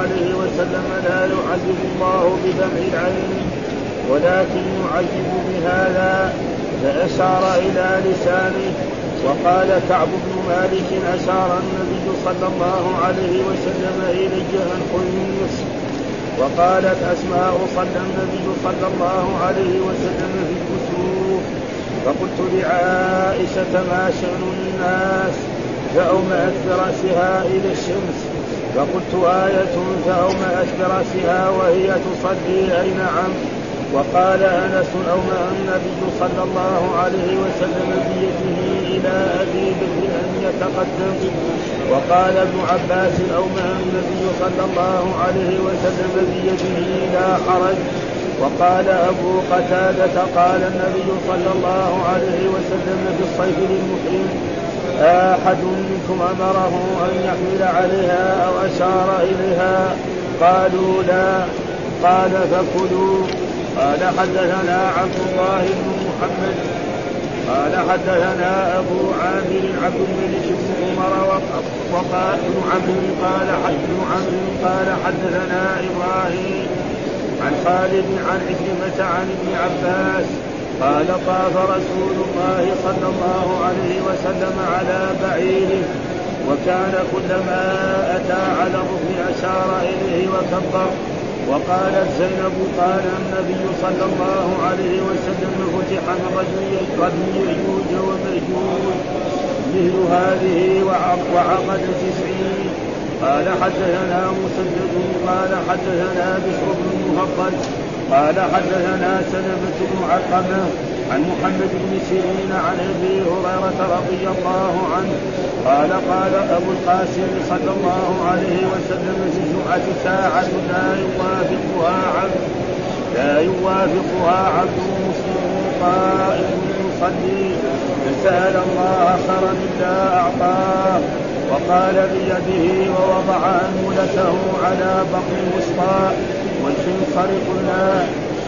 عليه وسلم لا يعذب الله بدمع العين ولكن يعذب بهذا، فأشار إلى لسانه. وقال كعب بن مالك أشار النبي صلى الله عليه وسلم إلي أن خذ من نصف. وقالت أسماء صلى النبي صلى الله عليه وسلم في الكسوف. فقلت لعائشة ما شأن الناس؟ فأومأت برأسها إلى الشمس. فقلت آية فأومأت برأسها وهي تصلي أي نعم. وقال أنس أومأ النبي صلى الله عليه وسلم بيده إلى أبي بكر أن يتقدم. وقال ابن عباس أومأ النبي صلى الله عليه وسلم بيده لا حرج. وقال أبو قتادة قال النبي صلى الله عليه وسلم بالصيف للمحرم أحد منكم أمره أن يحمل عليها أو أشار إليها؟ قالوا لا. قال فكلوا. قال حدثنا عبد الله بن محمد قال حدثنا أبو عامر عبد الملك بن عمر وقال ابن عمرو قال حدثنا إبراهيم عن خالد عن عكرمة عن ابن عباس قال طاف رسول الله صلى الله عليه وسلم على بعيره وكان كلما أتى على الركن أشار إليه وكبر. وقالت زينب قال النبي صلى الله عليه وسلم فتح من رجل يأجوج ومأجوج مثل هذه وعقد 90. قال حدثنا مسدد قال حدثنا بشر بن المفضل قال حدثنا سلمة بن علقمة عن محمد بن سيرين عن أبي هريرة رضي الله عنه قال قال أبو القاسم صلى الله عليه وسلم في جمعة ساعة لا يوافقها عبد مسلم قائم يصلي فسأل الله خيرا إلا أعطاه. وقال بيده ووضع أنملته على بطن الوسطى والخنصر قلنا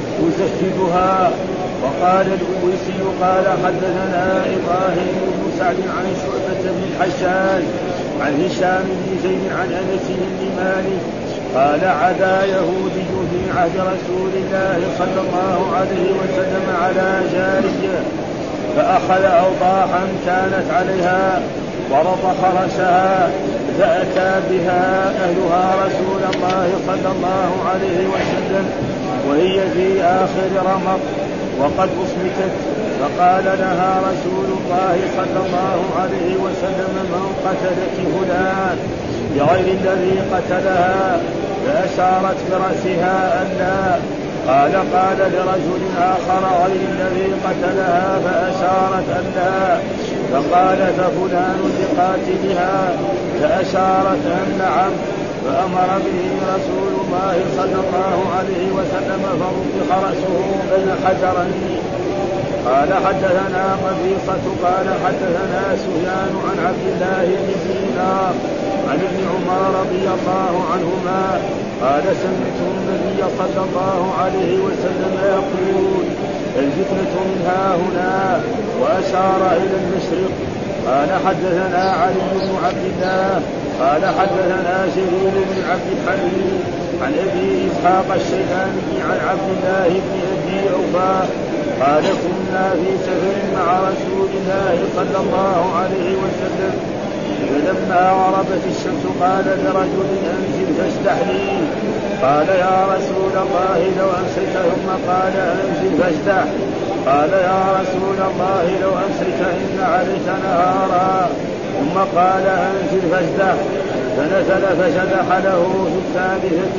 يزهدها. وقال الأويسي قال حدثنا إبراهيم بن سعد عن شعبة بن الحجاج عن هشام بن زيد عن أنس بن مالك قال عدا يهودي في عهد رسول الله صلى الله عليه وسلم على جارية فأخذ أوضاحا كانت عليها ورطخ رأسها فأتى بها أهلها رسول الله صلى الله عليه وسلم وهي في آخر رمق وقد أصمتت. فقال لها رسول الله صلى الله عليه وسلم من قتلت فلان بغير الذي قتلها؟ فأشارت برأسها أن لا. قال لرجل آخر غير الذي قتلها فأشارت أن لا. فقال فلان لقاتلها فأشارت أن نعم. فأمر به رسول الله صلى الله عليه وسلم فرفق رأسه بين حجرين. قال حدثنا قبيصة قال حدثنا سفيان عن عبد الله بن دينار عن ابن عمر رضي الله عنهما قال سمعت النبي صلى الله عليه وسلم يقول الفتنة من ها هنا وأشار إلى المشرق. قال حدثنا علي بن عبد الله قال حدثنا جرير بن عبد الحميد عن أبي إسحاق الشيباني عن عبد الله بن أبي أوفى قال كنا في سفر مع رسول الله صلى الله عليه وسلم فلما غربت الشمس قال لرجل أنزل فاجدح لي. قال يا رسول الله لو أمسيت. ثم قال أنزل فاجدح. قال يا رسول الله لو أمسيت إن عليك نهارا. ثم قال أنزل فاجدح. فنزل فجدح له في الثالثة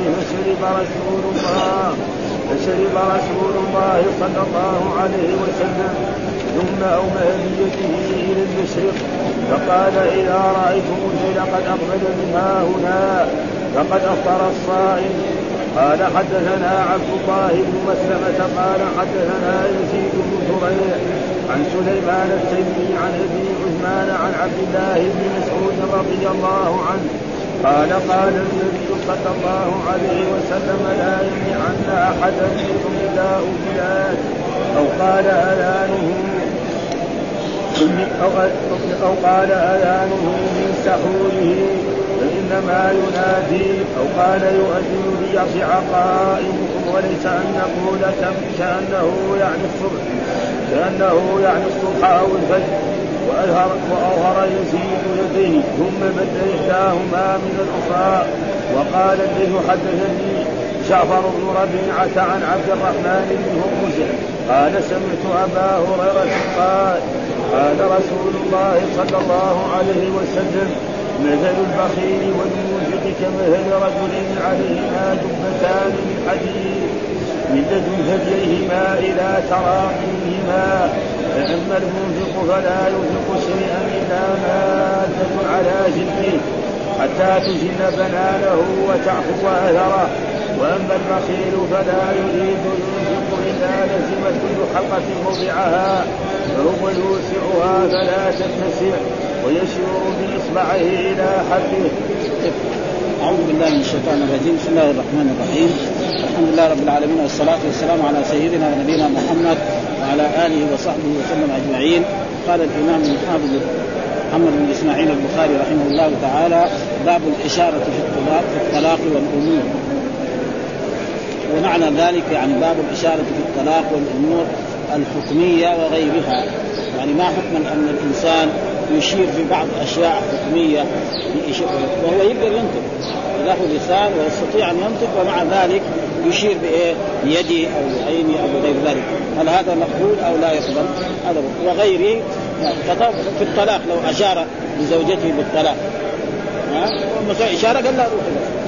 فشرب رسول الله صلى الله عليه وسلم ثم أومأ بيده إلى المشرق فقال إذا رأيتم الليل قد أقبل من ها هنا فقد أفطر الصائم. قال حدثنا عبد الله بن مسلمة قال حدثنا يزيد بن زريع عن سليمان التيمي عن أبي عثمان عن عبد الله بن مسعود رضي الله عنه قال قال النبي صلى الله عليه وسلم لا يمنعن أحدا منكم نداء بلاد أو قال أذانه من سحوره فإن إنما ينادي أو قال يؤذن ليصع قائمكم وليس أن نقول كأنه يعني الصبح أو الفجر. وأظهر يزيد يديه ثم مد إحداهما من الأخرى. وقال الليث حدثني جعفر بن ربيعة عن عبد الرحمن بن هرمز قال سمعت أبا هريرة قال رسول الله صلى الله عليه وسلم مثل البخيل والمنفق كمثل رجل عليهما جبتان من حديد من لدن ثدييهما إلى تراقيهما. فأما المنفق فلا ينفق شيئا إلا مادة على جلده حتى تجن بنانه وتعفو أثره. وأما البخيل فلا يريد ينفق إلا لزمت كل حلقة موضعها فهو يوسعها فلا تتسع ويشير بإصبعه إلى حده. أعوذ بالله من الشيطان الرجيم. بسم الله الرحمن الرحيم. الحمد لله رب العالمين والصلاة والسلام على سيدنا ونبينا محمد وعلى آله وصحبه وسلم أجمعين. قال الإمام الحافظ محمد بن إسماعيل البخاري رحمه الله تعالى باب الإشارة في الطلاق والأمور. ومعنى ذلك يعني باب الإشارة في الطلاق والأمور الحكمية وغيرها. يعني ما حكم أن الإنسان يشير في بعض أشياء حكمية وهو يقدر ينطق له لسان ويستطيع أن ينطق ومع ذلك يشير بيده أو بعينه أو غير ذلك. هل هذا مقبول أو لا يقبل؟ هذا وغيره. في الطلاق لو أشار لزوجته بالطلاق مثلا إشارة قال لا روح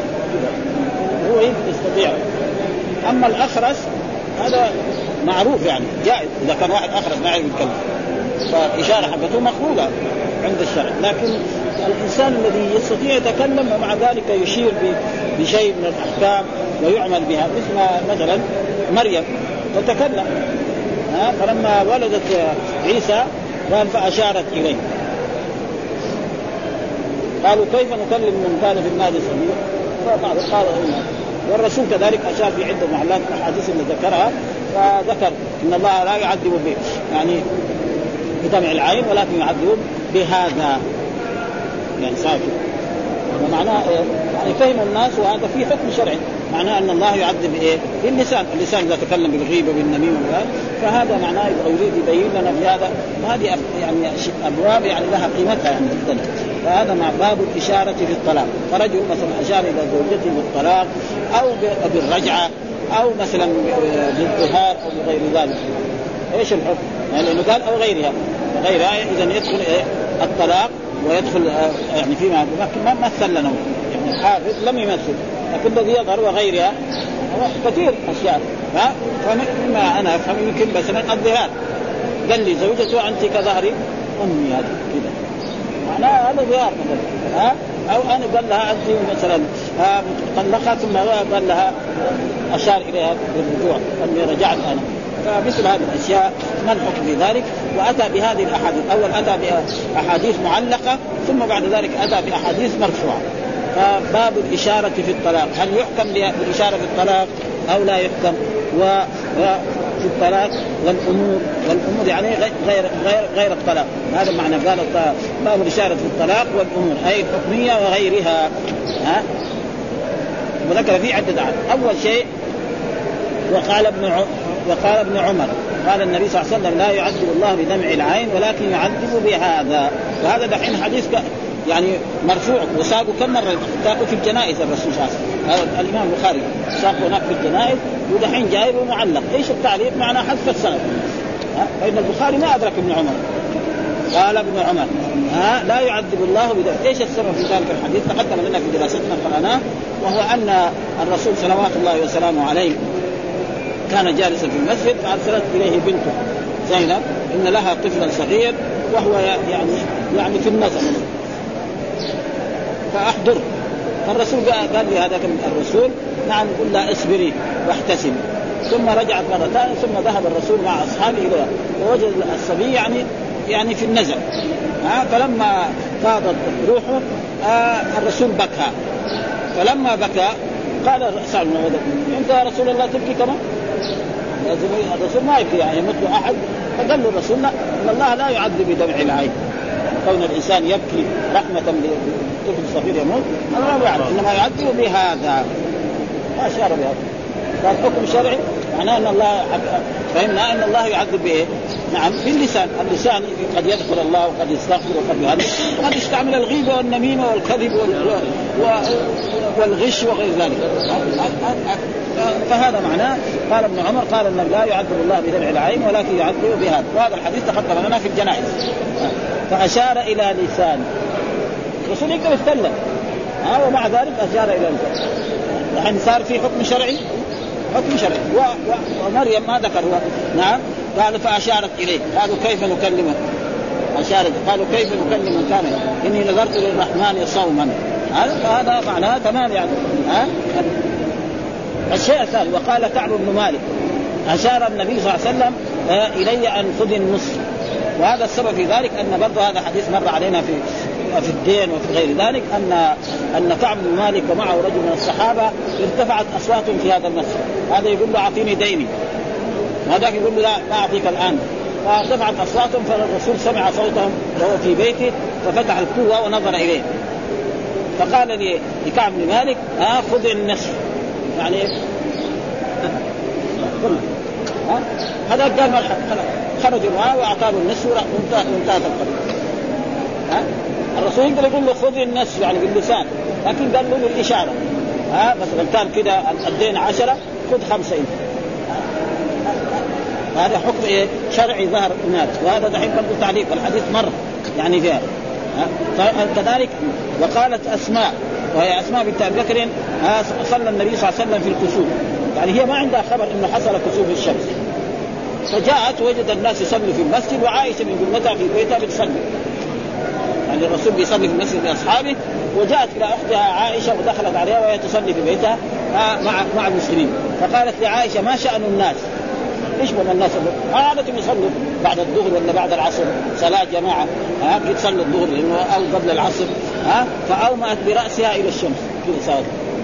هو يستطيع. أما الأخرس هذا معروف يعني جائز إذا كان واحد أخرس ما يعرف يتكلم فإشارة حقته مقبولة عند الشرع. لكن الإنسان الذي يستطيع يتكلم ومع ذلك يشير بشيء من الأحكام ويعمل بها مثلا مريم تتكلم فلما ولدت عيسى قال فأشارت إليه قالوا كيف نكلم من كان في المهد صبيا قال والرسول كذلك أشار في عدة محلات الأحاديث اللي ذكرها فذكر إن الله لا يعذب به يعني بدمع العين ولكن يعذب بهذا يعني ساكت. ومعناه يعني فهم الناس وهذا في حكم شرعي معناه أن الله يعذب باللسان. اللسان إذا تكلم بالغيبة بالنميمة فهذا معناه يريد يبين لنا في هذا. وهذه يعني أبواب يعني لها قيمتها يعني جدا. فهذا مع باب الإشارة في الطلاق. فرجل مثلا أشار إلى زوجته بالطلاق أو بالرجعة أو مثلا بالظهار أو بغير ذلك إيش الحكم؟ يعني لأنه قال أو غيرها إذا يدخل الطلاق ويدخل يعني فيما ما مثل لنا يعني الحافظ لم يمثل لكن الذي يظهر وغيرها كثير أشياء. فما أنا أفهم يمكن مثلا الظهار قال لي زوجته أنت كظهري أمي هذا كذا معناه هذا ظهار مثلا أو أنا قال لها أنت مثلا طلقها ثم قال لها أشار إليها بالرجوع أني رجعت أنا. فمثل هذه الأشياء ما الحكم في ذلك؟ وأتى بهذه الأحاديث. أول أتى بأحاديث معلقة ثم بعد ذلك أتى بأحاديث مرفوعة. فباب الإشارة في الطلاق هل يحكم بالإشارة في الطلاق أو لا يحكم؟ وفي الطلاق والأمور يعني غير الطلاق. هذا معنى قال باب الإشارة في الطلاق والأمور أي الحكمية وغيرها. وذكر فيه عدة عدد. أول شيء وقال ابن عمر قال النبي صلى الله عليه وسلم لا يعذب الله بدمع العين ولكن يعذب بهذا. وهذا دحين حديث يعني مرفوع وساقوا كم مرة ساقوا في الجنائز الرسول صلى الله عليه وسلم. الإمام البخاري ساقوا هناك في الجنائز ودحين جايبه معلق. إيش التعليق؟ معنى حذف السند. فإن البخاري ما أدرك ابن عمر. قال ابن عمر لا يعذب الله بدمع. إيش السبب في ذلك الحديث؟ تقدم لنا في دراستنا قرأناه وهو أن الرسول صلوات الله وسلامه عليه كان جالسا في المسجد فأرسلت إليه بنته زينب إن لها طفلا صغير وهو يعني في النزع فأحضر. فالرسول قال لي هذا الرسول نعم قل لا اصبري واحتسبي. ثم رجعت مرة ثانية ثم ذهب الرسول مع أصحابه إليها ووجد الصبي يعني في النزع. فلما فاضت روحه الرسول بكى. فلما بكى قال سعد بن عبادة أنت يا رسول الله تبكي كمان؟ الرسول ما يبكي يعني يموت أحد. فقال له الرسول إن الله لا يعذب بدمع العين كون الإنسان يبكي رحمة بطفل صغير يموت هذا لا يعرف، إنما يعذب بهذا. أشار بهذا قال حكم شرعي معناه أن الله فهمنا أن الله يعذب بإيه؟ نعم باللسان. اللسان قد يذكر الله وقد يستغفر وقد يهدي وقد يستعمل الغيبة والنميمة والكذب والغش وغير ذلك. فهذا معناه. قال ابن عمر قال أن لا يعذب الله بدمع العين ولكن يعذب بهذا. وهذا الحديث تقدم لنا في الجنائز. فأشار إلى لسان رسول يقدر يتكلم ومع ذلك أشار إلى لسان. يعني صار في حكم شرعي ومريم ما ذكر هو. نعم قال فأشارت إليه. قالوا كيف نكلمه؟ أشارت. قالوا كيف نكلم من كان إني نذرت للرحمن صوما. هذا معناه تمام يعني. الشيء الثاني وقال كعب بن مالك أشار النبي صلى الله عليه وسلم إلي أن خذ النصف. وهذا السبب في ذلك أن برضه هذا حديث مر علينا في الدين وفي غير ذلك أن كعب بن مالك ومعه رجل من الصحابة ارتفعت أصواتهم في هذا المسجد. هذا يقول له أعطيني ديني وهذاك يقول له لا ما أعطيك الآن. فارتفعت أصواتهم فالرسول سمع صوتهم وهو في بيته ففتح الكوة ونظر إليه فقال لكعب بن مالك خذ النصف يعني هذا قال خرجوا معه وأعطاه النصف وانتهت القضية. الرسول يقدر يقول له خذ النصف يعني باللسان لكن قال له بالإشارة. مثلا كان كده الدين 10 خذ 5 انت. هذا حكم شرعي ظهر هناك. وهذا دحين برضو تعليق الحديث مرة يعني فيها. كذلك وقالت أسماء وهي أسماء بنت أبي بكر صلى النبي صلى الله عليه وسلم في الكسوف. يعني هي ما عندها خبر إنه حصل كسوف الشمس فجاءت وجد الناس يصلوا في المسجد وعائشة من جملتها في بيتها بتصلي. يعني الرسول بيصلي في المسجد بأصحابه وجاءت إلى أختها عائشة ودخلت عليها وهي تصلي في بيتها مع المسلمين. فقالت لعائشة ما شأن الناس؟ إيش من الناس عادة يصلوا بعد الظهر ولا بعد العصر صلاة جماعة يتصلوا الظهر لأنه أو قبل العصر فأومأت برأسها إلى الشمس كده صار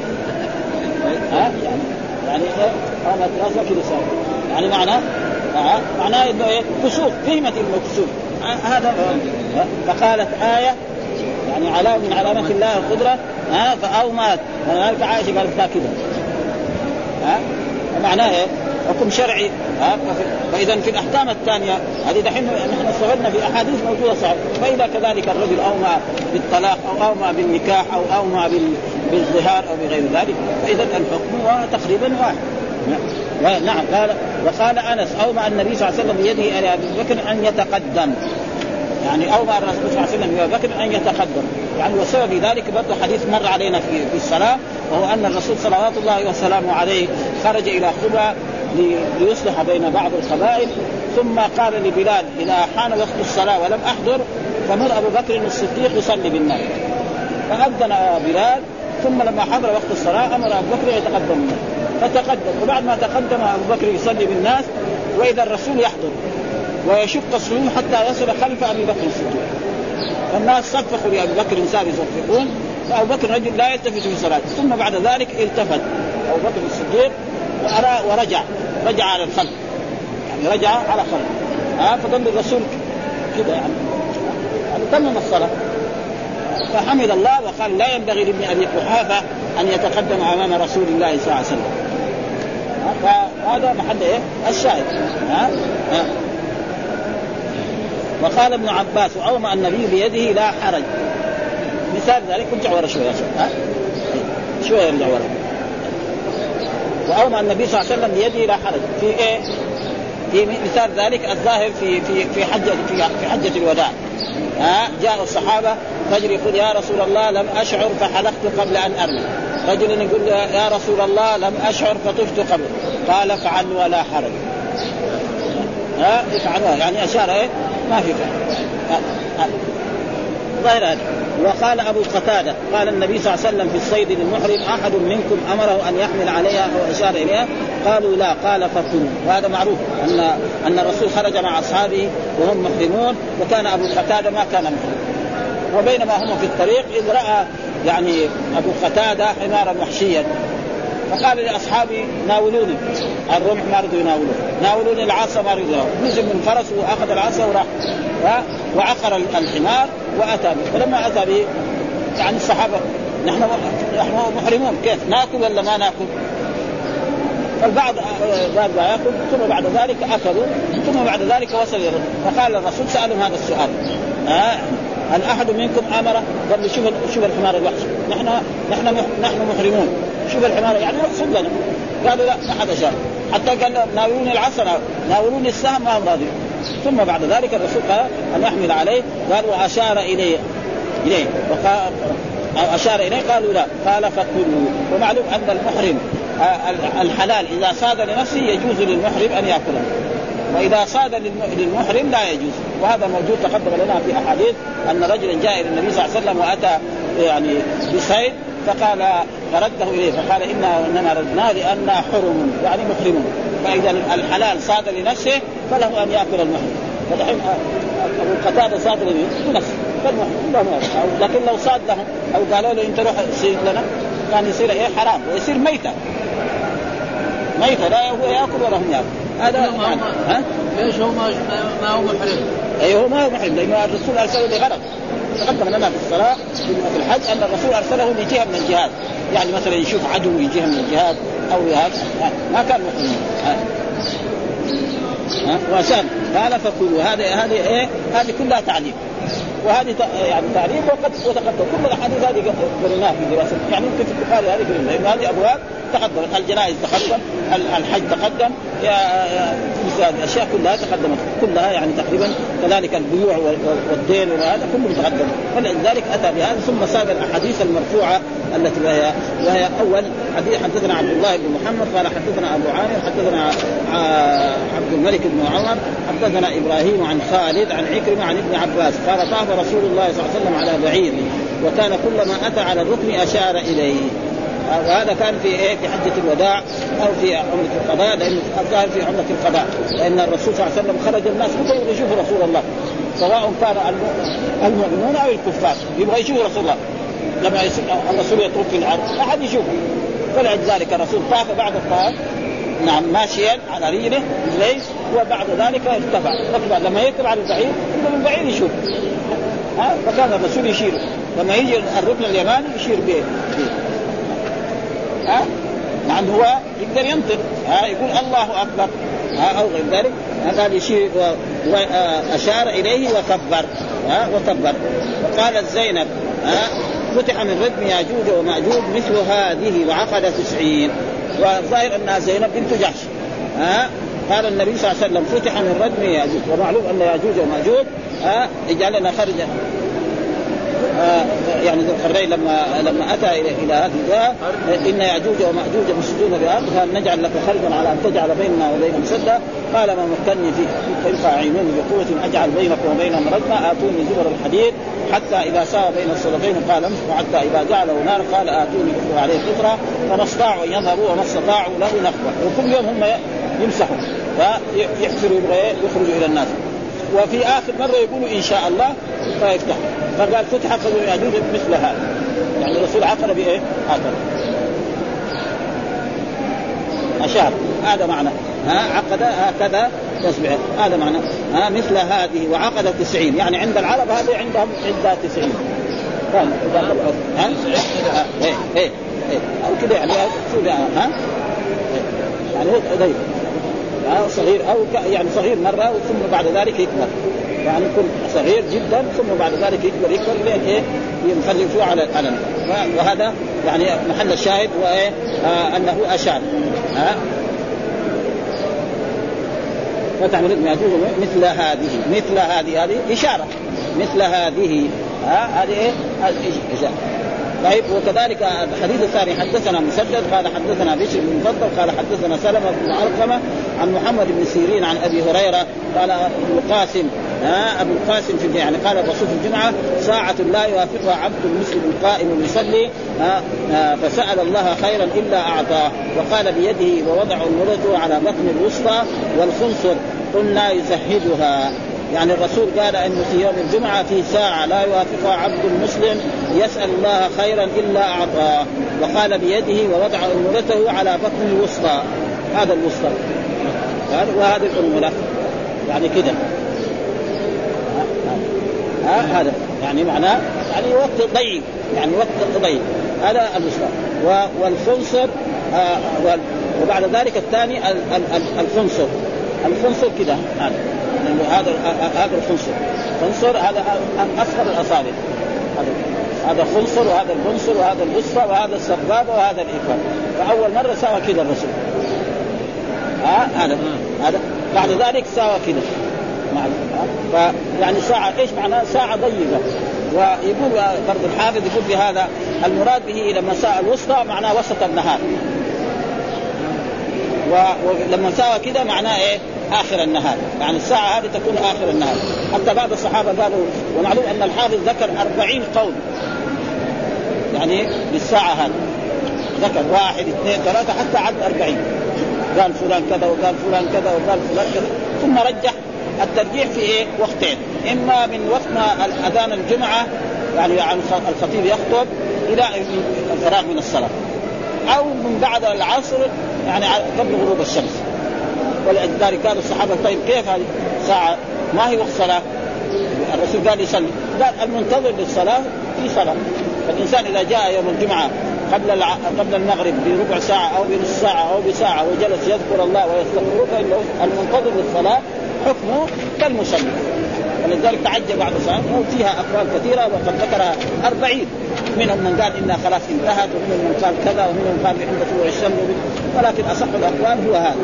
يعني أومأت برأسها كده صار يعني معناه إنه كسوف فهمت إنه كسوف هذا. فقالت آية يعني علامة من علامات الله القدرة فأومأت ولذلك عائشة قالت كده معناه حكم شرعي. فإذا في الأحكام الثانية هذه دحين نحن استفدنا في أحاديث موجودة صحيح. فإذا كذلك الرجل أومأ بالطلاق أو أومأ بالنكاح أو أومأ بالظهار أو بغير ذلك فإذا الحكم تقريبا واحد. نعم وقال أنس أومأ النبي صلى الله عليه وسلم بيده إلى أبي بكر أن يتقدم. يعني أومأ الرسول صلى الله عليه وسلم بأبي بكر أن يتقدم يعني وسبب ذلك برضه حديث مر علينا في الصلاة وهو أن الرسول صلوات الله وسلامه عليه خرج إلى خبى ليصلح بين بعض القبائل ثم قال لبلال إذا حان وقت الصلاة ولم أحضر فمر أبو بكر الصديق يصلي بالناس. فأذن بلال ثم لما حضر وقت الصلاة أمر أبو بكر يتقدم الناس فتقدم. وبعد ما تقدم أبو بكر يصلي بالناس وإذا الرسول يحضر ويشق الصفوف حتى يصل خلف أبي بكر الصديق. فالناس صفقوا لأبي بكر إنسان يصفقون فأبو بكر رجل لا يلتفت في صلاته. ثم بعد ذلك التفت أبو بكر الصديق ورجع على الخلف يعني رجع على خلف فظل الرسول كده يعني تمم الصلاة فحمد الله وقال لا ينبغي لابن أبي قحافة أن يتقدم أمام رسول الله صلى الله عليه وسلم. فهذا محل الشاهد. وقال ابن عباس أومأ النبي بيده لا حرج. مثال ذلك كنت ورا شوية شوية يرجع ورا. وأومأ النبي صلى الله عليه وسلم بيده لا حرج في إيه؟ في مثال ذلك الظاهر في حجة الوداع. جاء الصحابة رجل يقول يا رسول الله لم أشعر فحلقت قبل أن أرمي. رجل يقول يا رسول الله لم أشعر فطفت قبل. قال فعل ولا حرج. افعلوها يعني أشار ما في فعل ظاهر هذا. وقال أبو قتادة قال النبي صلى الله عليه وسلم في الصيد للمحرم أحد منكم أمره أن يحمل عليها أو أشار إليها قالوا لا قال فكلوا. وهذا معروف أن الرسول خرج مع أصحابه وهم محرمون وكان أبو قتادة ما كان محرم. وبينما هم في الطريق إذ رأى يعني أبو قتادة حمارا وحشيا فقال لاصحابه ناولوني الرمح، ما رضوا يناولوه، ناولوني العصا، ما رضوا، نزل من فرسه واخذ العصا وراح وعقر الحمار واتى به. فلما اتى به يعني الصحابه نحن محرمون، كيف ناكل ولا ما ناكل؟ فالبعض ياكل، ثم بعد ذلك اكلوا، ثم بعد ذلك وصل الى الرسول. فقال الرسول سالهم هذا السؤال: هل احد منكم امر؟ قال شوف الحمار الوحش، نحن محرمون، شوف الحمار يعني يقصد لنا. قالوا لا، ما حدا شاف. حتى قال ناولوني العصا، ناولوني السهم، ما هم راضين. ثم بعد ذلك الرسول قال ان يحمل عليه، قال واشار اليه وقال أو أشار إليه، قالوا لا، قال فكلوا. ومعلوم أن المحرم الحلال إذا صاد لنفسه يجوز للمحرم أن يأكله، وإذا صاد للمحرم لا يجوز. وهذا موجود تقدم لنا في أحاديث أن رجلا جاء إلى النبي صلى الله عليه وسلم وأتى يعني بصيد، فقال فرده إليه، فقال إننا ردناه لأننا حرم يعني محرمون. فإذا الحلال صاد لنفسه فله أن يأكل المحرم. فدحين أبو قتادة صاد لنفسه لكن لو صاد لهم أو قالوا له أنت روح صيد لنا، كان يصير حرام ويصير ميتة لا هو يأكل ولا هم يأكل. هذا يعني ليش هو ما هو محرم؟ أيه هو ما هو محرم، لأن الرسول أرسله لغرض. تقدم لنا في الصلاة في الحج أن الرسول أرسله لجهة من الجهاد، يعني مثلا يشوف عدو يجيه من الجهاد أو هذا، ما كان محرم. وعشان قال فكلوا. هذه كلها تعليم، وهذه يعني تعليم وقد وتقدم كل الاحاديث هذه قريناها في دراسه، يعني يمكن في البخاري هذه قريناها، لان هذه ابواب تقدمت، الجنائز تقدم، الحج تقدم، هذه الاشياء كلها تقدمت كلها يعني تقريبا، كذلك البيوع والدين وهذا كله تقدم. فلذلك اتى بهذا. ثم ساق الاحاديث المرفوعه التي وهي اول حديث: حدثنا عبد الله بن محمد قال حدثنا ابو عامر حدثنا عبد الملك بن عمر حدثنا ابراهيم عن خالد عن عكرمة عن ابن عباس قال طاف رسول الله صلى الله عليه وسلم على بعير، وكان كلما اتى على الركن اشار اليه. وهذا كان في في حجة الوداع او في عمرة القضاء، لأن الظاهر في عمرة القضاء، لأن الرسول صلى الله عليه وسلم خرج الناس يبغوا يشوفوا رسول الله، سواء كان المؤمنون او الكفار يبغوا يشوفوا رسول الله. لما الرسول يطوف في الارض ما حد يشوفه، فلذلك الرسول طاف بعد الطواف نعم ماشيا على رجله ليس، وبعد ذلك ارتفع لما يركب على البعير من البعير يشوف. فكان الرسول يشير لما يجي الركن اليماني يشير به يعني هو يقدر ينطق يقول الله أكبر أو غير ذلك. قال يشير وأشار إليه وكبر وقالت زينب فتح من ردم ياجوج وماجوج مثل هذه وعقد 90. والظاهر أنها زينب بنت جحش. قال النبي صلى الله عليه وسلم فتح من ردم ياجوج، ومعلوم أن ياجوج وماجوج اجعلنا خرجا يعني ذو القرنين لما أتى إلى هذه الجهة إن ياجوج وماجوج مفسدون بالأرض فهل نجعل لك خرجا على أن تجعل بيننا وبينهم سدا؟ قال ما مكنني فيه فإن أعينوني بقوة أجعل بينكم وبينهم ردما آتوني زبر الحديد حتى إذا ساوى بين الصدفين قال امسكوا حتى إذا جعله نار قال آتوني أخرى عليه قطرة، فما استطاعوا أن يظهروا وما استطاعوا له نخوة. وكل يوم هم يمسحوا فيحفروا يخرجوا إلى الناس. وفي آخر مرة يقولوا إن شاء الله فيفتح. فقال فتح قبل ياجوج مثل هذا، يعني الرسول عقل بإيه؟ عقل أشار، هذا معنى عقد هكذا تصبح، هذا معنى مثل هذه وعقد 90. يعني عند العرب هذه عندهم عدة 90 أو كده يعني يعني صغير أو يعني صغير مرة ثم بعد ذلك يكبر، يعني يكون صغير جدا ثم بعد ذلك يكبر لين إيه يخلفوه على الألم. وهذا يعني محل الشاهد وإيه أنه أشار فتح من ردم ياجوج مثل هذه إشارة مثل هذه هذه إشارة. طيب وكذلك الحديث الثاني حدثنا مسدد قال حدثنا بشر بن مفضل قال حدثنا سلمة بن علقمة عن محمد بن سيرين عن أبي هريرة قال ابن القاسم أبو القاسم في يعني قال الرسول في الجمعة ساعة لا يوافقها عبد مسلم قائم يصلي فسأل الله خيرا إلا أعطاه، وقال بيده ووضع المرة على بطن الوسطى والخنصر قلنا يزهدها. يعني الرسول قال أن في يوم الجمعة في ساعة لا يوافقها عبد مسلم يسأل الله خيرا إلا أعطاه، وقال بيده ووضع أنملته على بطن الوسطى، هذا الوسطى وهذه الأنملة يعني كده، هذا يعني معناه يعني وقت ضيق، يعني وقت ضيق، هذا الوسطى. والخنصر وبعد ذلك الثاني الخنصر، الخنصر كده هذا الخنصر هذا أصغر الأصابع، هذا خنصر وهذا البنصر وهذا الوسطى وهذا السبابة وهذا الإكبر. فأول مرة سوى كده الرسول، هذا بعد ذلك سوى كده يعني ساعة، إيش معناه ساعة ضيقة. ويقول برضو الحافظ يقول بهذا المراد به لما ساء الوسطى معناه وسط النهار، ولما ساوى كده معناه إيه آخر النهار، يعني الساعة هذه تكون آخر النهار. حتى بعض الصحابة قالوا، ومعلوم أن الحافظ ذكر 40 قول يعني بالساعة هذه، ذكر 1 2 3 حتى عد 40، قال فلان كذا وقال فلان كذا وقال فلان كذا، ثم رجح الترجيح في إيه وقتين، إما من وقت ما أذان الجمعة يعني عن الخطيب يخطب إلى الفراغ من الصلاة، أو من بعد العصر يعني قبل غروب الشمس. ولذلك قال الصحابة طيب كيف هذه ساعة ما هي وقت صلاة؟ الرسول قال يصلي، قال المنتظر للصلاة في صلاة. فالإنسان إذا جاء يوم الجمعة قبل المغرب بربع ساعة أو بنص ساعة أو بساعة وجلس يذكر الله ويستغفره فإنه المنتظر للصلاة حكمه كالمصلي. ولذلك تعجب بعض الصحابة وفيها أقوال كثيرة وقد ذكرها 40، منهم من قال إنها خلاص انتهت، ومنهم من قال كذا، ومنهم قال عند طلوع الشمس، ولكن أصح الأقوال هو هذا.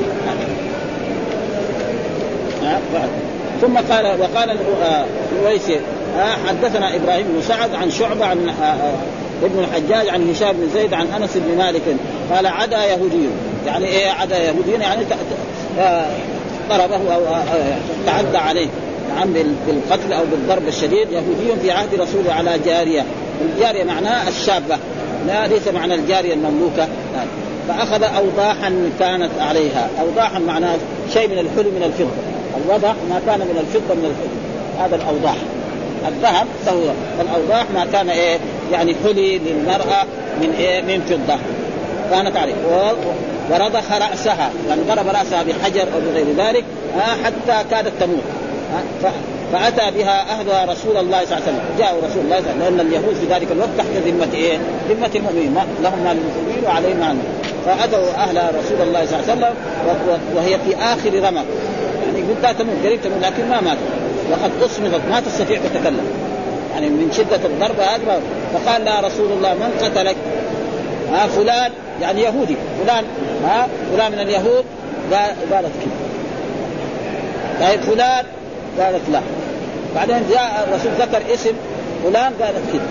ثم قال وقال الرويسي حدثنا إبراهيم بن سعد عن شعبة عن ابن الحجاج عن هشام بن زيد عن أنس بن مالك قال عدا يهودي، يعني إيه عدا يهودي؟ يعني ضربه أو تعدى عليه نعم بالقتل أو بالضرب الشديد يهودي في عهد رسوله على جارية. الجارية معناه الشابة، لا ليس معنى الجارية المملوكة. فأخذ أوضاحا كانت عليها، أوضاحا معناه شيء من الحلي من الفضة، الوضح ما كان من الفضة من الحلي، هذا الأوضاح. الذهب فهو الأوضاح ما كان إيه يعني حلي للمرأة من إيه من فضة كانت عليه. ورضخ رأسها يعني ضرب رأسها بحجر أو بغير ذلك حتى كادت تموت. فأتى بها أهلها رسول الله صلى الله عليه وسلم، جاء رسول الله صلى الله عليه وسلم، لأن اليهود في ذلك الوقت تحت ذمة إيه؟ ذمة المؤمنين، لهم مال المسلمين وعليهم مال. فأتوا أهلها رسول الله صلى الله عليه وسلم وهي في آخر رمق، يعني قلت تموت قريب تموت لكن ما ماتت، وقد أصمدت ما تستطيع تتكلم يعني من شدة الضرب هذا. فقال لها رسول الله من قتلك؟ فلان يعني يهودي، فلان من اليهود. قالت كده. طيب فلان؟ قالت لا. بعدين جاء الرسول ذكر اسم فلان قالت كده،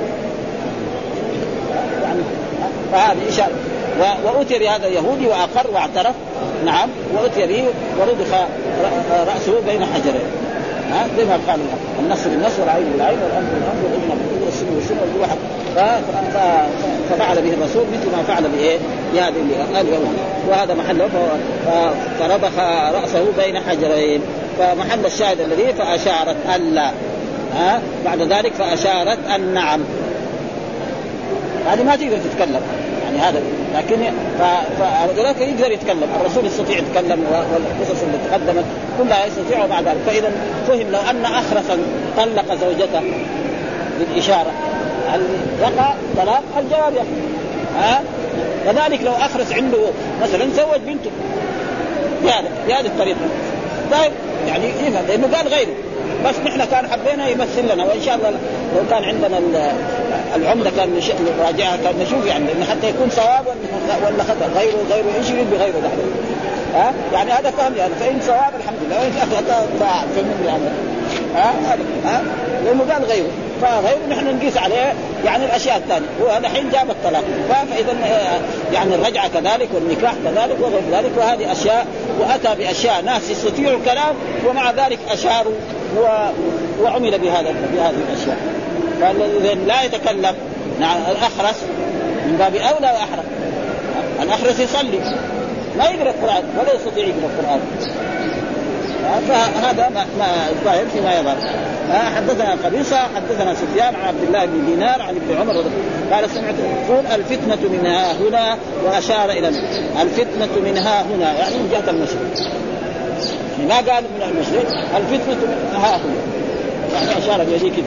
يعني فهذه إشارة. وأتي بهذا اليهودي وأقر واعترف نعم، وأتي به ورضخ رأسه بين حجرين، زي ما قال النصر بالنصر والعين بالعين والأنف بالأنف والأذن بالأذن والسن والسن والجروح. ففعل به الرسول مثل ما فعل به بهذه اليهود، وهذا محله. فرضخ رأسه بين حجرين، فمحل الشاهد الذي فأشارت ألا، بعد ذلك فأشارت النعم، هذه ما تقدر تتكلم يعني هذا، لكن فذلك يقدر يتكلم، الرسول يستطيع يتكلم، والقصص اللي تقدمت كلها يستطيع بعد ذلك. فإذا فهم لو أن أخرسا طلق زوجته بالإشارة يقع طلاق الجواب يقع. كذلك لو أخرس عنده مثلا زوج بنته بهذه الطريقة طيب يعني يفهم، لأنه قال غيره، بس نحن كان حبينا يمثل لنا، وإن شاء الله لو كان عندنا العمدة كان نراجعها كان نشوف يعني، لأن حتى يكون صواب ولا خطأ، غيره يشغل بغيره ده يعني هذا فهم يعني، فإن صواب الحمد لله، وإن أخطأ فمن يعني لأنه قال غيره، فغيره نحن نقيس عليه يعني الأشياء الثانية، وهذا حين جاب الطلاق. فإذا يعني الرجعة كذلك والنكاح كذلك وغير ذلك، وهذه أشياء. وأتى بأشياء ناس يستطيعوا الكلام ومع ذلك أشاروا وعمل بهذه الأشياء. فالذي لا يتكلم الأخرس من باب أولى وأحرى، الأخرس يصلي ما يقرأ القرآن ولا يستطيع يقرأ القرآن، فهذا ما الظاهر فيما يظهر. حدثنا قبيصة حدثنا سفيان عن عبد الله بن دينار عن ابن عمر قال سمعت يقول الفتنة من ها هنا وأشار إلى الفتنة من ها هنا يعني من جهة المشرق، ما قال من المشرق، الفتنة من ها هنا يعني أشار بيديه كده.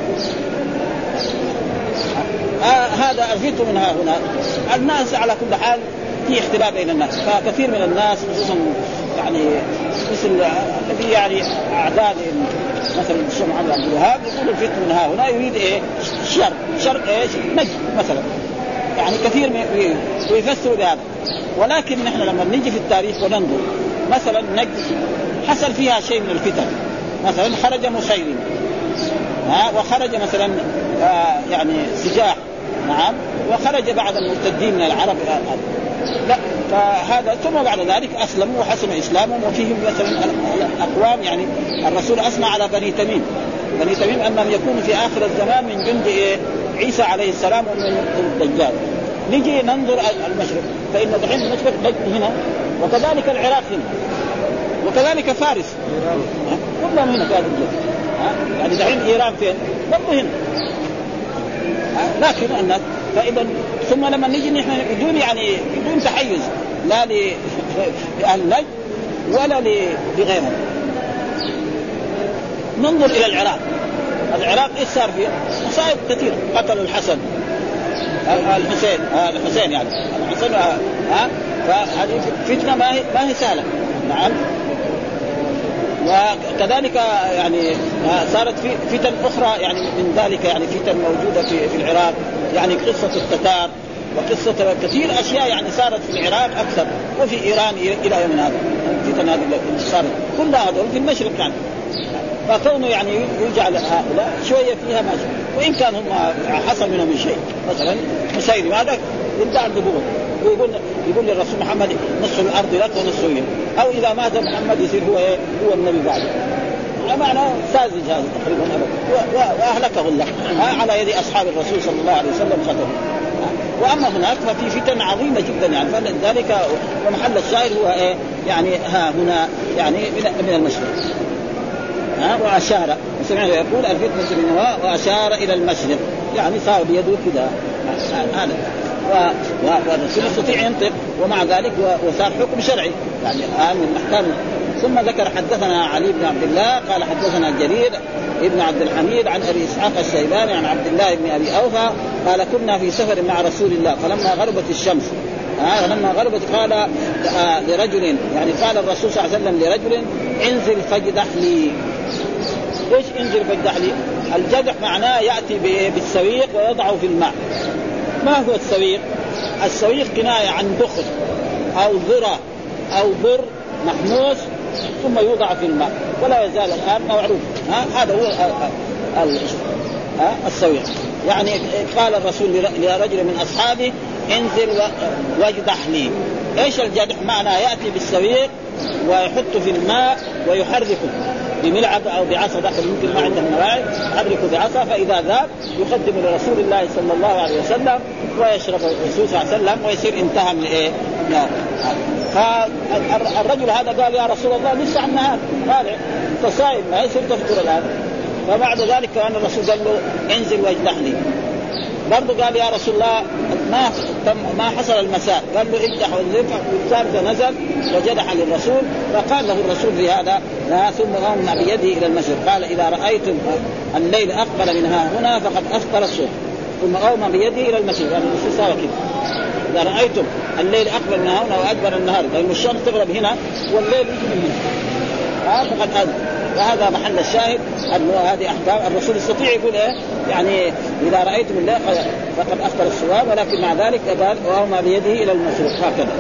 هذا الفتنة من ها هنا. الناس على كل حال في اختلاف بين الناس، فكثير من الناس خصوصا يعني مثل الذي يعني أعداد مثلا الشيخ محمد عبد الوهاب يقول الفتنة من ها هنا يريد إيه شر إيش نجد مثلا، يعني كثير ويفسروا بهذا. ولكن نحن لما نيجي في التاريخ وننظر مثلا نجد حصل فيها شيء من الفتن، مثلا خرج مسيلم وخرج مثلا يعني سجاح نعم، وخرج بعض المرتدين من العرب لا، فهذا ثم بعد ذلك أسلموا وحسنوا إسلامهم، وفيهم مثلا أقوام يعني الرسول أسمع على بني تميم أنهم يكونوا في آخر الزمان من جند عيسى عليه السلام ومن الدجال. نجي ننظر المشرق، فإن دحين المشرق نجد هنا، وكذلك العراق هنا، وكذلك فارس كلهم هنا في هذا الجزء. يعني دحين إيران فين؟ برضو هنا. لكن الناس فإذا ثم لما نجي نحن بدون يعني بدون تحيز لا لأهل نجد ولا لغيرهم، ننظر إلى العراق إيش صار فيه؟ مصائب كثيرة، قتل الحسن الحسين يعني الحسن فهذه فتنة ما هي سهلة نعم. وكذلك يعني صارت في فتن أخرى يعني من ذلك، يعني فتن موجودة في العراق، يعني قصة التتار وقصة كثير أشياء يعني صارت في العراق أكثر، وفي إيران إلى يوم هذا الفتن هذه اللي صارت كلها هذول في المشرق يعني. فكونه يعني يجعل هؤلاء شوية فيها ماشي، وإن كان هم حصل منهم شيء مثلا مسيلم هذا يدعي النبوة ويقول للرسول محمد نصف الأرض لك ونصف لي، أو إذا مات محمد يصير هو النبي بعده. معنى ساذج هذا تقريبا وأهلكه الله على يد أصحاب الرسول صلى الله عليه وسلم خطر. وأما هناك ففي فتن عظيمة جدا يعني، فلذلك ومحل الشاعر هو يعني ها هنا يعني من المشرق. وأشار سمعنا يقول الفتنة من هنا وأشار إلى المشرق، يعني صار بيده كذا هذا والرسول يستطيع ينطق ومع ذلك وصار حكم شرعي يعني من أحكام. ثم ذكر حدثنا علي بن عبد الله قال حدثنا جرير ابن عبد الحميد عن أبي إسحاق الشيباني عن عبد الله بن أبي أوفى قال كنا في سفر مع رسول الله فلما غربت الشمس لما غربت قال لرجل يعني قال الرسول صلى الله عليه وسلم لرجل انزل فاجدح لي. ايش انزل فاجدح لي؟ الجدح معناه يأتي بالسويق ويضعه في الماء. ما هو السويق؟ السويق كناية عن بخر أو ذرة أو بر محموس ثم يوضع في الماء ولا يزال الآن معروف. هذا هو السويق. يعني قال الرسول لرجل من أصحابه انزل واجدح لي. ايش الجدح؟ معناه يأتي بالسويق ويحط في الماء ويحركه بملعقة أو بعصا، داخل يمكن ما عندهم مواعي يحركه بعصا، فإذا ذاب يقدم لرسول الله صلى الله عليه وسلم ويشرب الرسول صلى الله عليه وسلم ويصير انتهى من إيه؟ فالرجل هذا قال يا رسول الله لسه عن نهار طالع تصائب ما يصير تفطر الآن. فبعد ذلك كان الرسول قال له انزل واجدح لي. برضو قال يا رسول الله ما حصل المساء، قال له اجدح وانزل. والثالث نزل وجدح للرسول فقال له الرسول في هذا ثم قام بيده الى المشرق قال اذا رايتم الليل اقبل من ها هنا فقد افطر الصبح. ثم قام بيده الى المشرق يعني الرسول صار كده اذا رايتم الليل اقبل من ها هنا وادبر النهار، لان الشمس تغرب هنا والليل يجي من هنا فقد أذن. وهذا محل الشاهد أنه هذه أحكام الرسول يستطيع يقول إيه يعني إذا رأيتم الله فقد أفطر الصواب، ولكن مع ذلك قال وهما بيده إلى المشرق هكذا.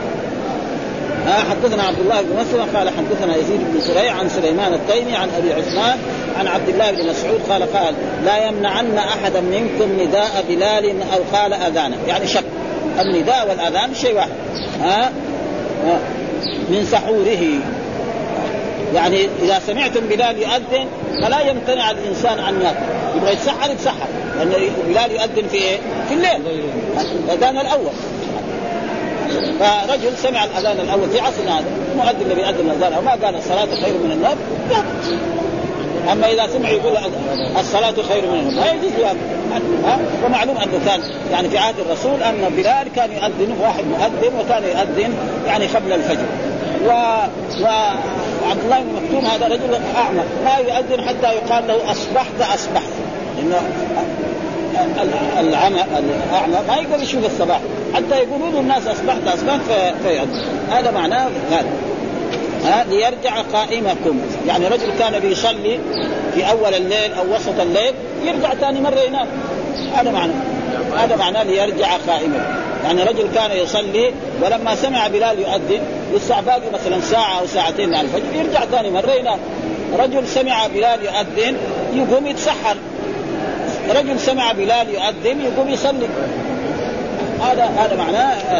حدثنا عبد الله بن مسلم قال حدثنا يزيد بن سريع عن سليمان التيمي عن أبي عثمان عن عبد الله بن مسعود قال لا يمنعن أحدا منكم نداء بلال أو قال أذانه، يعني شك النداء والأذان شيء واحد من سحوره. يعني إذا سمعتم بلال يؤذن فلا يمتنع الإنسان عن يأذن، يبغى يتسحر لأن بلال يؤذن في إيه؟ في الليل الأذان الأول. فرجل سمع الأذان الأول في عصرنا هذا مؤذن الذي يؤذن الأذان أو ما قال الصلاة خير من النوم لا. أما إذا سمع يقول الصلاة خير من النوم لا يجوز له. ومعلوم أنه كان يعني في عهد الرسول أن بلال كان يؤذن واحد مؤذن وكان يؤذن يعني قبل الفجر. وعبد الله بن مكتوم هذا رجل أعمى لا يؤذن حتى يقال له أصبحت لأنه الأعمى ما يقدر يشوف الصباح حتى يقولوا له الناس أصبحت فيؤذن. هذا معناه هذا ليرجع قائمكم يعني رجل كان بيصلي في أول الليل أو وسط الليل يرجع ثاني مرة ينام. هذا معناه ليرجع قائمكم يعني رجل كان يصلي ولما سمع بلال يؤذن لسه باقي مثلا ساعة أو ساعتين على الفجر يرجع ثاني مرة ينام. رجل سمع بلال يؤذن يقوم يتسحر. رجل سمع بلال يؤذن يقوم يصلي. هذا معناه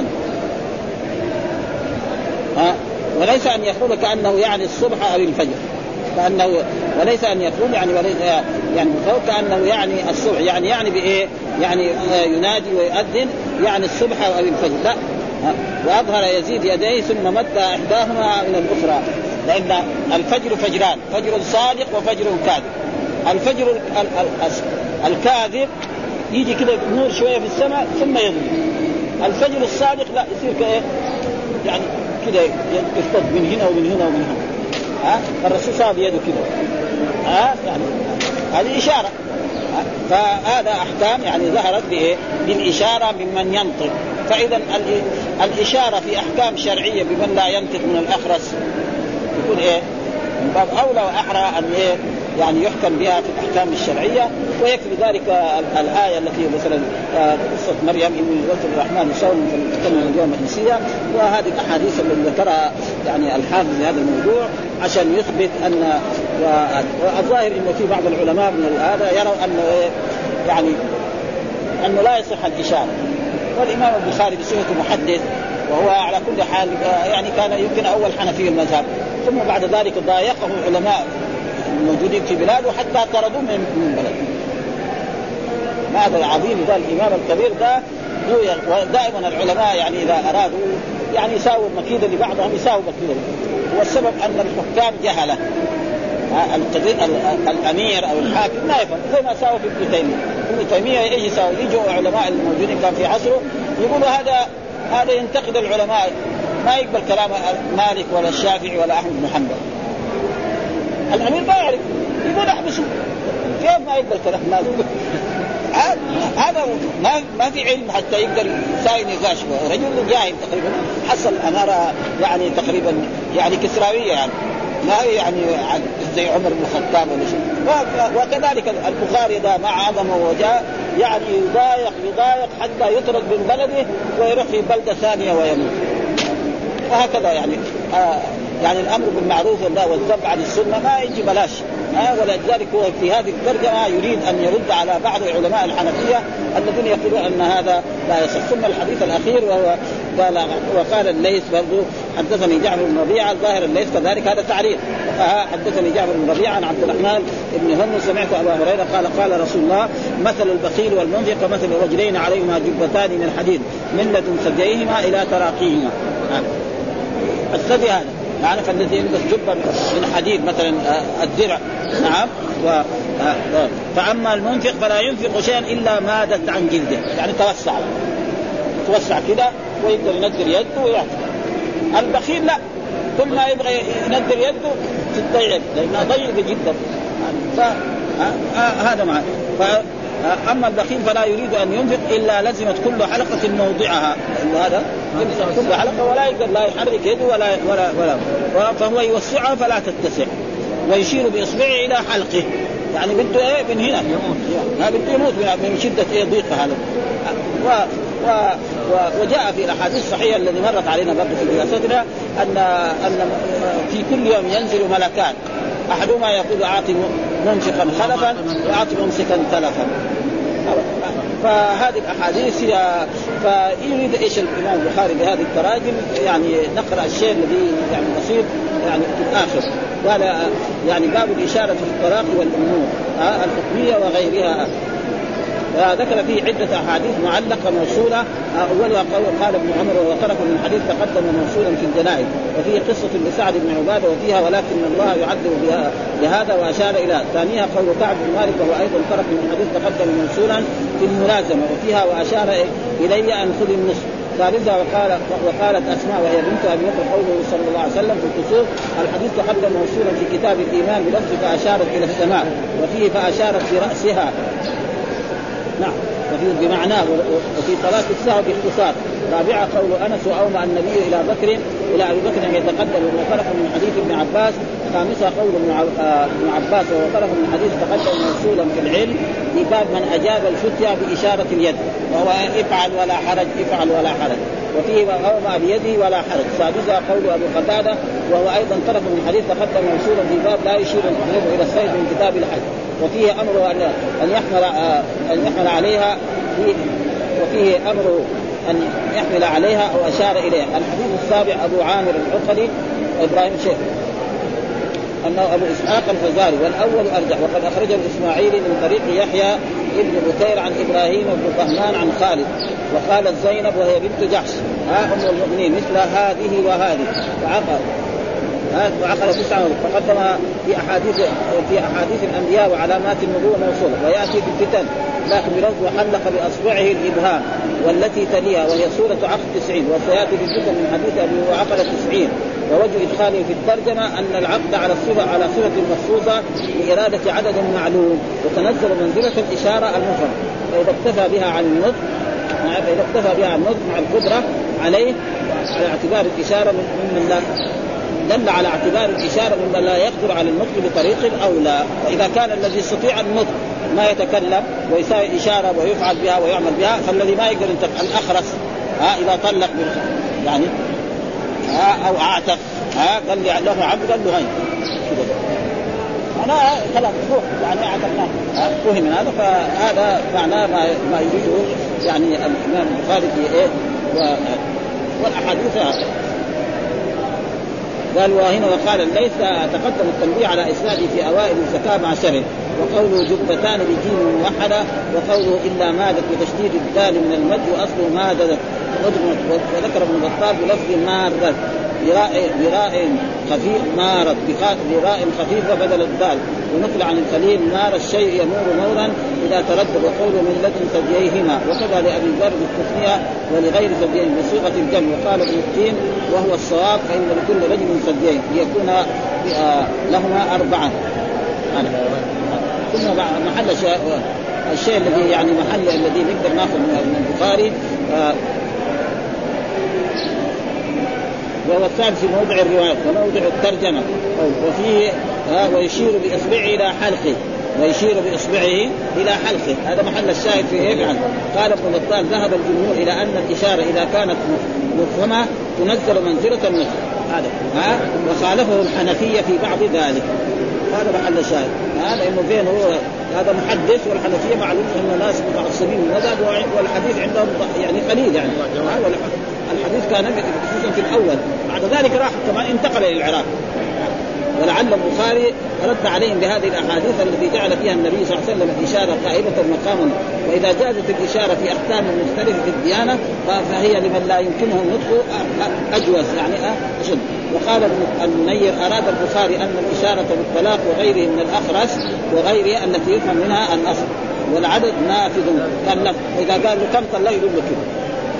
وليس أن يقول كأنه يعني الصبح أو الفجر كأنه وليس أن يقول يعني وليس يعني كأنه يعني الصبح يعني بإيه يعني ينادي ويؤذن يعني الصبح أو الفجر لا. وأظهر يزيد يديه ثم مد إحداهما من الأخرى لأن الفجر فجران فجر صادق وفجر كاذب. الفجر الكاذب يجي كده نور شوية في السماء ثم يظلم. الفجر الصادق لا يصير كإيه يعني كده يفتد من هنا ومن هنا ومن هنا. الرسول صار بيده كده يعني هذه إشارة. فهذا أحكام يعني ظهرت بإيه بالإشارة ممن ينطق. فإذا الإشارة في أحكام شرعية بمن لا ينطق من الأخرس يكون إيه من باب أولى وأحرى أن إيه يعني يحكم بها في الأحكام الشرعية. ويكفي ذلك الآية التي مثلا قصة مريم إن وتر الرحمن صوم فلتكن اليوم إنسيا. وهذه الأحاديث اللي ذكرها يعني الحافظ في هذا الموضوع عشان يثبت أن والظاهر إنه في بعض العلماء من هذا يروا أنه يعني أنه لا يصح الإشارة. والإمام البخاري بصفته محدث وهو على كل حال يعني كان يمكن أول حنفي المذهب ثم بعد ذلك ضايقه العلماء الموجودين في بلاد وحتى طردوه من بلد. هذا العظيم ده الإمام الكبير ده ودائما العلماء يعني إذا أرادوا يعني يساووا مكيدة لبعضهم يساووا مكيدة. والسبب أن الحكام جهلة. الأمير أو الحاكم ما يفهم زي ما ساووا في ابن تيمية يجي يساوي يجوا علماء الموجودين كان في عصره يقولوا هذا ينتقد العلماء ما يقبل كلام مالك ولا الشافعي ولا أحمد بن حنبل. الأمير ما يعرف يقول احبسوا كيف ما يقبل كلام مالك هذا ما في علم حتى يقدر يساوي نقاش. رجل جاهل تقريبا حصل أمارة يعني تقريبا يعني كسراوية يعني ما يعني زي عمر بن الخطاب ولا شيء. وكذلك البخاري ده مع عظمه وجاء يعني يضايق حتى يطرد من بلده ويروح في بلدة ثانية ويموت. وهكذا يعني الأمر بالمعروف والذب عن السنة ما يجي بلاش. ولذلك هو في هذه الترجمة يريد أن يرد على بعض علماء الحنفية الذين يقولون أن هذا لا يصح. ثم الحديث الأخير وقال الليث برضو حدثني جعفر بن ربيعة الظاهر الليث كذلك هذا تعليق. حدثني جعفر بن ربيعة عن عبد الرحمن بن هرمز سمعت أبا هريرة قال رسول الله مثل البخيل والمنفق كمثل رجلين عليهما جبتان من حديد من لدن ثدييهما إلى تراقيهما. الثدي هذا يعني فالذي يلبس جبة من حديد مثلا الدرع نعم فأما المنفق فلا ينفق شيئا إلا مادت عن جلده يعني توسع كده ويقدر يندر يده ويعطي. البخيل لا كل ما يبغى يندر يده تضيق لأنها ضيقة جدا. هذا معنى. أما البخيل فلا يريد أن ينفق إلا لزمت كل حلقة موضعها إنه هذا كل حلقة ولا يقدر لا يحرك يده ولا فهو يوسعها فلا تتسع ويشير بإصبعه إلى حلقه يعني بده إيه من هنا بده يموت من شدة ضيق هذا. وجاء في الأحاديث الصحيحة الذي مرت علينا برضه في دراستنا أن في كل يوم ينزل ملكان أحدهما يقول أعطي منفقا خلفا وأعطي ممسكا تلفا. فهذه الأحاديث فيريد إيش الإمام البخاري بهذه التراجم يعني نقرأ الشيء الذي يعني بسيط يعني في الآخر. قال يعني باب الإشارة في الطلاق والأمور الحكمية وغيرها. ذكر فيه عدة أحاديث معلقة موصولة. أولها قال ابن عمر وطرف من حديث تقدم موصولا في الجنائز، وفيه قصة لسعد بن عبادة وفيها ولكن الله يعذب بهذا وأشار إلى. ثانيها قول كعب بن مالك وهو أيضا طرف من حديث تقدم موصولا في الملازمة وفيها وأشار إلي أن خذ النصف. ثالثا وقالت أسماء وهي بنت أبي بكر قوله صلى الله عليه وسلم في الكسوف الحديث تقدم موصولا في كتاب الإيمان بلفظ فأشارت إلى السماء، وفيه فأشارت في رأسها نعم وفيه بمعناه، وفي صلاة السهو باختصار. رابعة قول أنس وأومأ النبي إلى أبي بكر أن يتقدم وطرف من حديث ابن عباس. خامسة قول ابن عباس وطرف من حديث تقدم موصولا في العلم في باب من أجاب الفتيا بإشارة اليد وهو افعل ولا حرج افعل ولا حرج، وفيه وأومأ بيده ولا حرج. سادسة قول أبو قتادة وهو أيضا طرف من حديث تقدم موصولا في باب لا يشير المحرم إلى الصيد من كتاب الحج، وفيه أمره أن يحمل عليها وفيه أمره أن يحمل عليها أو أشار إليها. الحديث السابع أبو عامر العقلي إبراهيم شيخ أنه أبو إسحاق الفزاري والأول أرجح، وقد أخرجه الإسماعيلي من طريق يحيى ابن بكير عن إبراهيم بن طهمان عن خالد. وقالت زينب وهي بنت جحش أم المؤمنين مثل هذه وهذه وعقل 9 فقدم في أحاديث الأنبياء وعلامات النبوة موصولة. ويأتي في الفتن لكن بلفظ وحلق بأصبعه الإبهام والتي تليها وهي سورة عقد 90. وسيأتي في الفتن من حديث أبي وعقل 90. ووجه إدخاله في الترجمة أن العقد على صفة مخصوصة لإرادة عدد معلوم، وتنزل منزلة الإشارة المفرد، فإذا اكتفى بها عن النطق مع القدرة عليه على اعتبار الإشارة ممن لا دل على اعتبار الإشارة ممن لا يقدر على النطق بطريق الأولى. فإذا كان الذي يستطيع النطق ما يتكلم ويساوي إشارة ويفعل بها ويعمل بها، فالذي ما يقدر ينطق الأخرس إذا طلق يعني أو أعتق قال لي له عبد قال له هاي أنا خلاص يعني أعتقناه فهم من هذا. فهذا معناه ما يريده يعني الإمام البخاري في إيه والأحاديث. قال وهنا وقال ليس تقدم التنبيه على إسناده في أوائل الزكاة مع شره، وقوله جبتان بجيم موحدة، وقوله إلا مادت بتشديد الدال من المد وأصله مادت. وذكر ابن بطال بلفظ مارت براء خفيف مارت براء خفيفة بدل الدال. ونقل عن الخليل مار الشيء يمور مورا إذا تردد، وقوله من لدن ثدييهما. وكذا لأبي ذر بالتثنية ولغير ثديين بصيغة الجمع. وقال ابن التين وهو الصواب فإن لكل رجل ثديين ليكون لهما 4. ثم محل الشيء الذي يعني محل الذي نقدر ناخذ من البخاري وهو الثالث في موضع الرواية وموضع الترجمة. وفيه ويشير بإصبعه إلى حلقه هذا محل الشاهد في إيه. قال ابن بطال ذهب الجمهور إلى أن الإشارة إذا كانت مفهمة تنزل منزلة النص هذا وخالفه الحنفية في بعض ذلك. هذا محل الشاهد لأنه بينه هذا محدث والحنفية معلوم أن ناس متعصبين المذهب والحديث عندهم يعني قليل يعني الحديث كان خصوصا في الأول. بعد ذلك راح كمان انتقل إلى العراق، ولعل البخاري رد عليهم بهذه الأحاديث التي جعل فيها النبي صلى الله عليه وسلم الإشارة قائمة مقاما. وإذا جازت الإشارة في أحكام مختلفة في الديانة فهي لمن لا يمكنه النطق أجوز يعني أشد. وقال المنير أراد البخاري أن الإشارة بالطلاق وغيره من الأخرس وغيره التي يفهم منها الأصل والعدد نافذ. قال لك إذا قال له كم طلق يقول له كده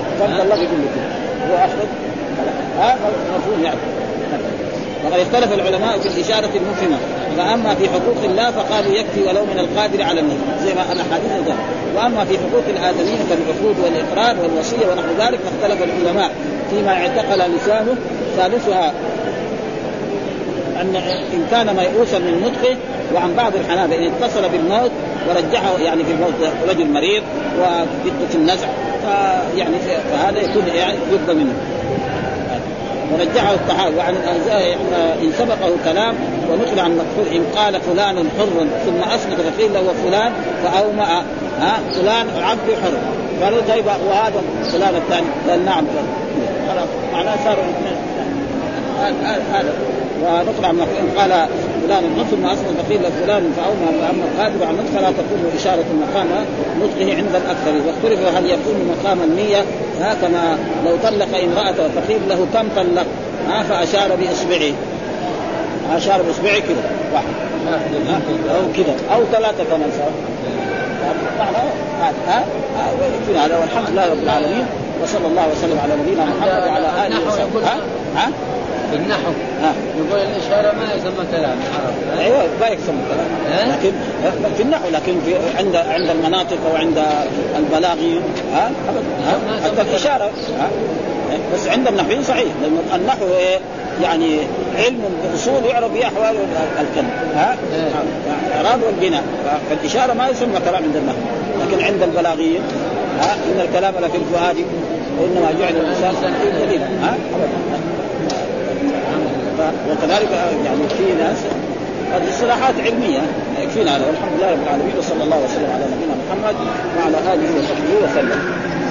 هو أخرج هذا مفهوم يعني. وقد اختلف العلماء في الإشارة المفهمة، فأما في حقوق الله فقالوا يكفي ولو من القادر على النطق زي ما الحديث ده، وأما في حقوق الآدميين كالعقود والإقرار والوصية ونحو ذلك فاختلف العلماء فيما اعتقل لسانه. ثالثها أن إن كان ميؤوسا من نطقه. وعن بعض الحنابلة إن اتصل بالموت ورجعه يعني في الموت رجل مريض وبدة النزع يعني فهذا يكون يقبل منه ورجعه الطحاوي. وعن إن سبقه كلام ونقل عن مقفول إن قال فلان حر ثم أسند فقيل له فلان فأومأ فلان عبد حر قالوا طيب وهذا فلان الثاني قال نعم خلاص معناه صاروا الاثنين هذا. ونقل عن مقفول قال فلان ثم أسند فقيل لفلان فأومى أما القادر على النطق فلا تكون إشارة مقام نطقه عند الأكثر. واختلف هل يكون مقام النية كما لو طلق امرأته فقيل له كم طلق فأشار بإصبعه، أشار بإصبعه كده واحد أو كده أو ثلاثة كمان صار هذا. والحمد لله رب العالمين وصلى الله وسلم على نبينا محمد وعلى آله وصحبه. بالنحو يقول الإشارة ما يسمى كلام عربي. أيوة ما يسمى كلام لكن في النحو، لكن في عند المناطق وعند البلاغي حتى الإشارة بس عند النحويين صحيح، لأن النحو يعني علم بأصول يعرف به أحوال الكلمة إعراب والبناء، فالإشارة ما يسمى كلام عند النحو، لكن عند البلاغيين إن الكلام لفي الفؤاد وإنما جعل الإنسان دليلا وكذلك يعني في ناس هذه اصطلاحات علمية يكفينا هذا. والحمد لله رب العالمين وصلى الله وسلم على نبينا محمد وعلى آله وصحبه وسلم.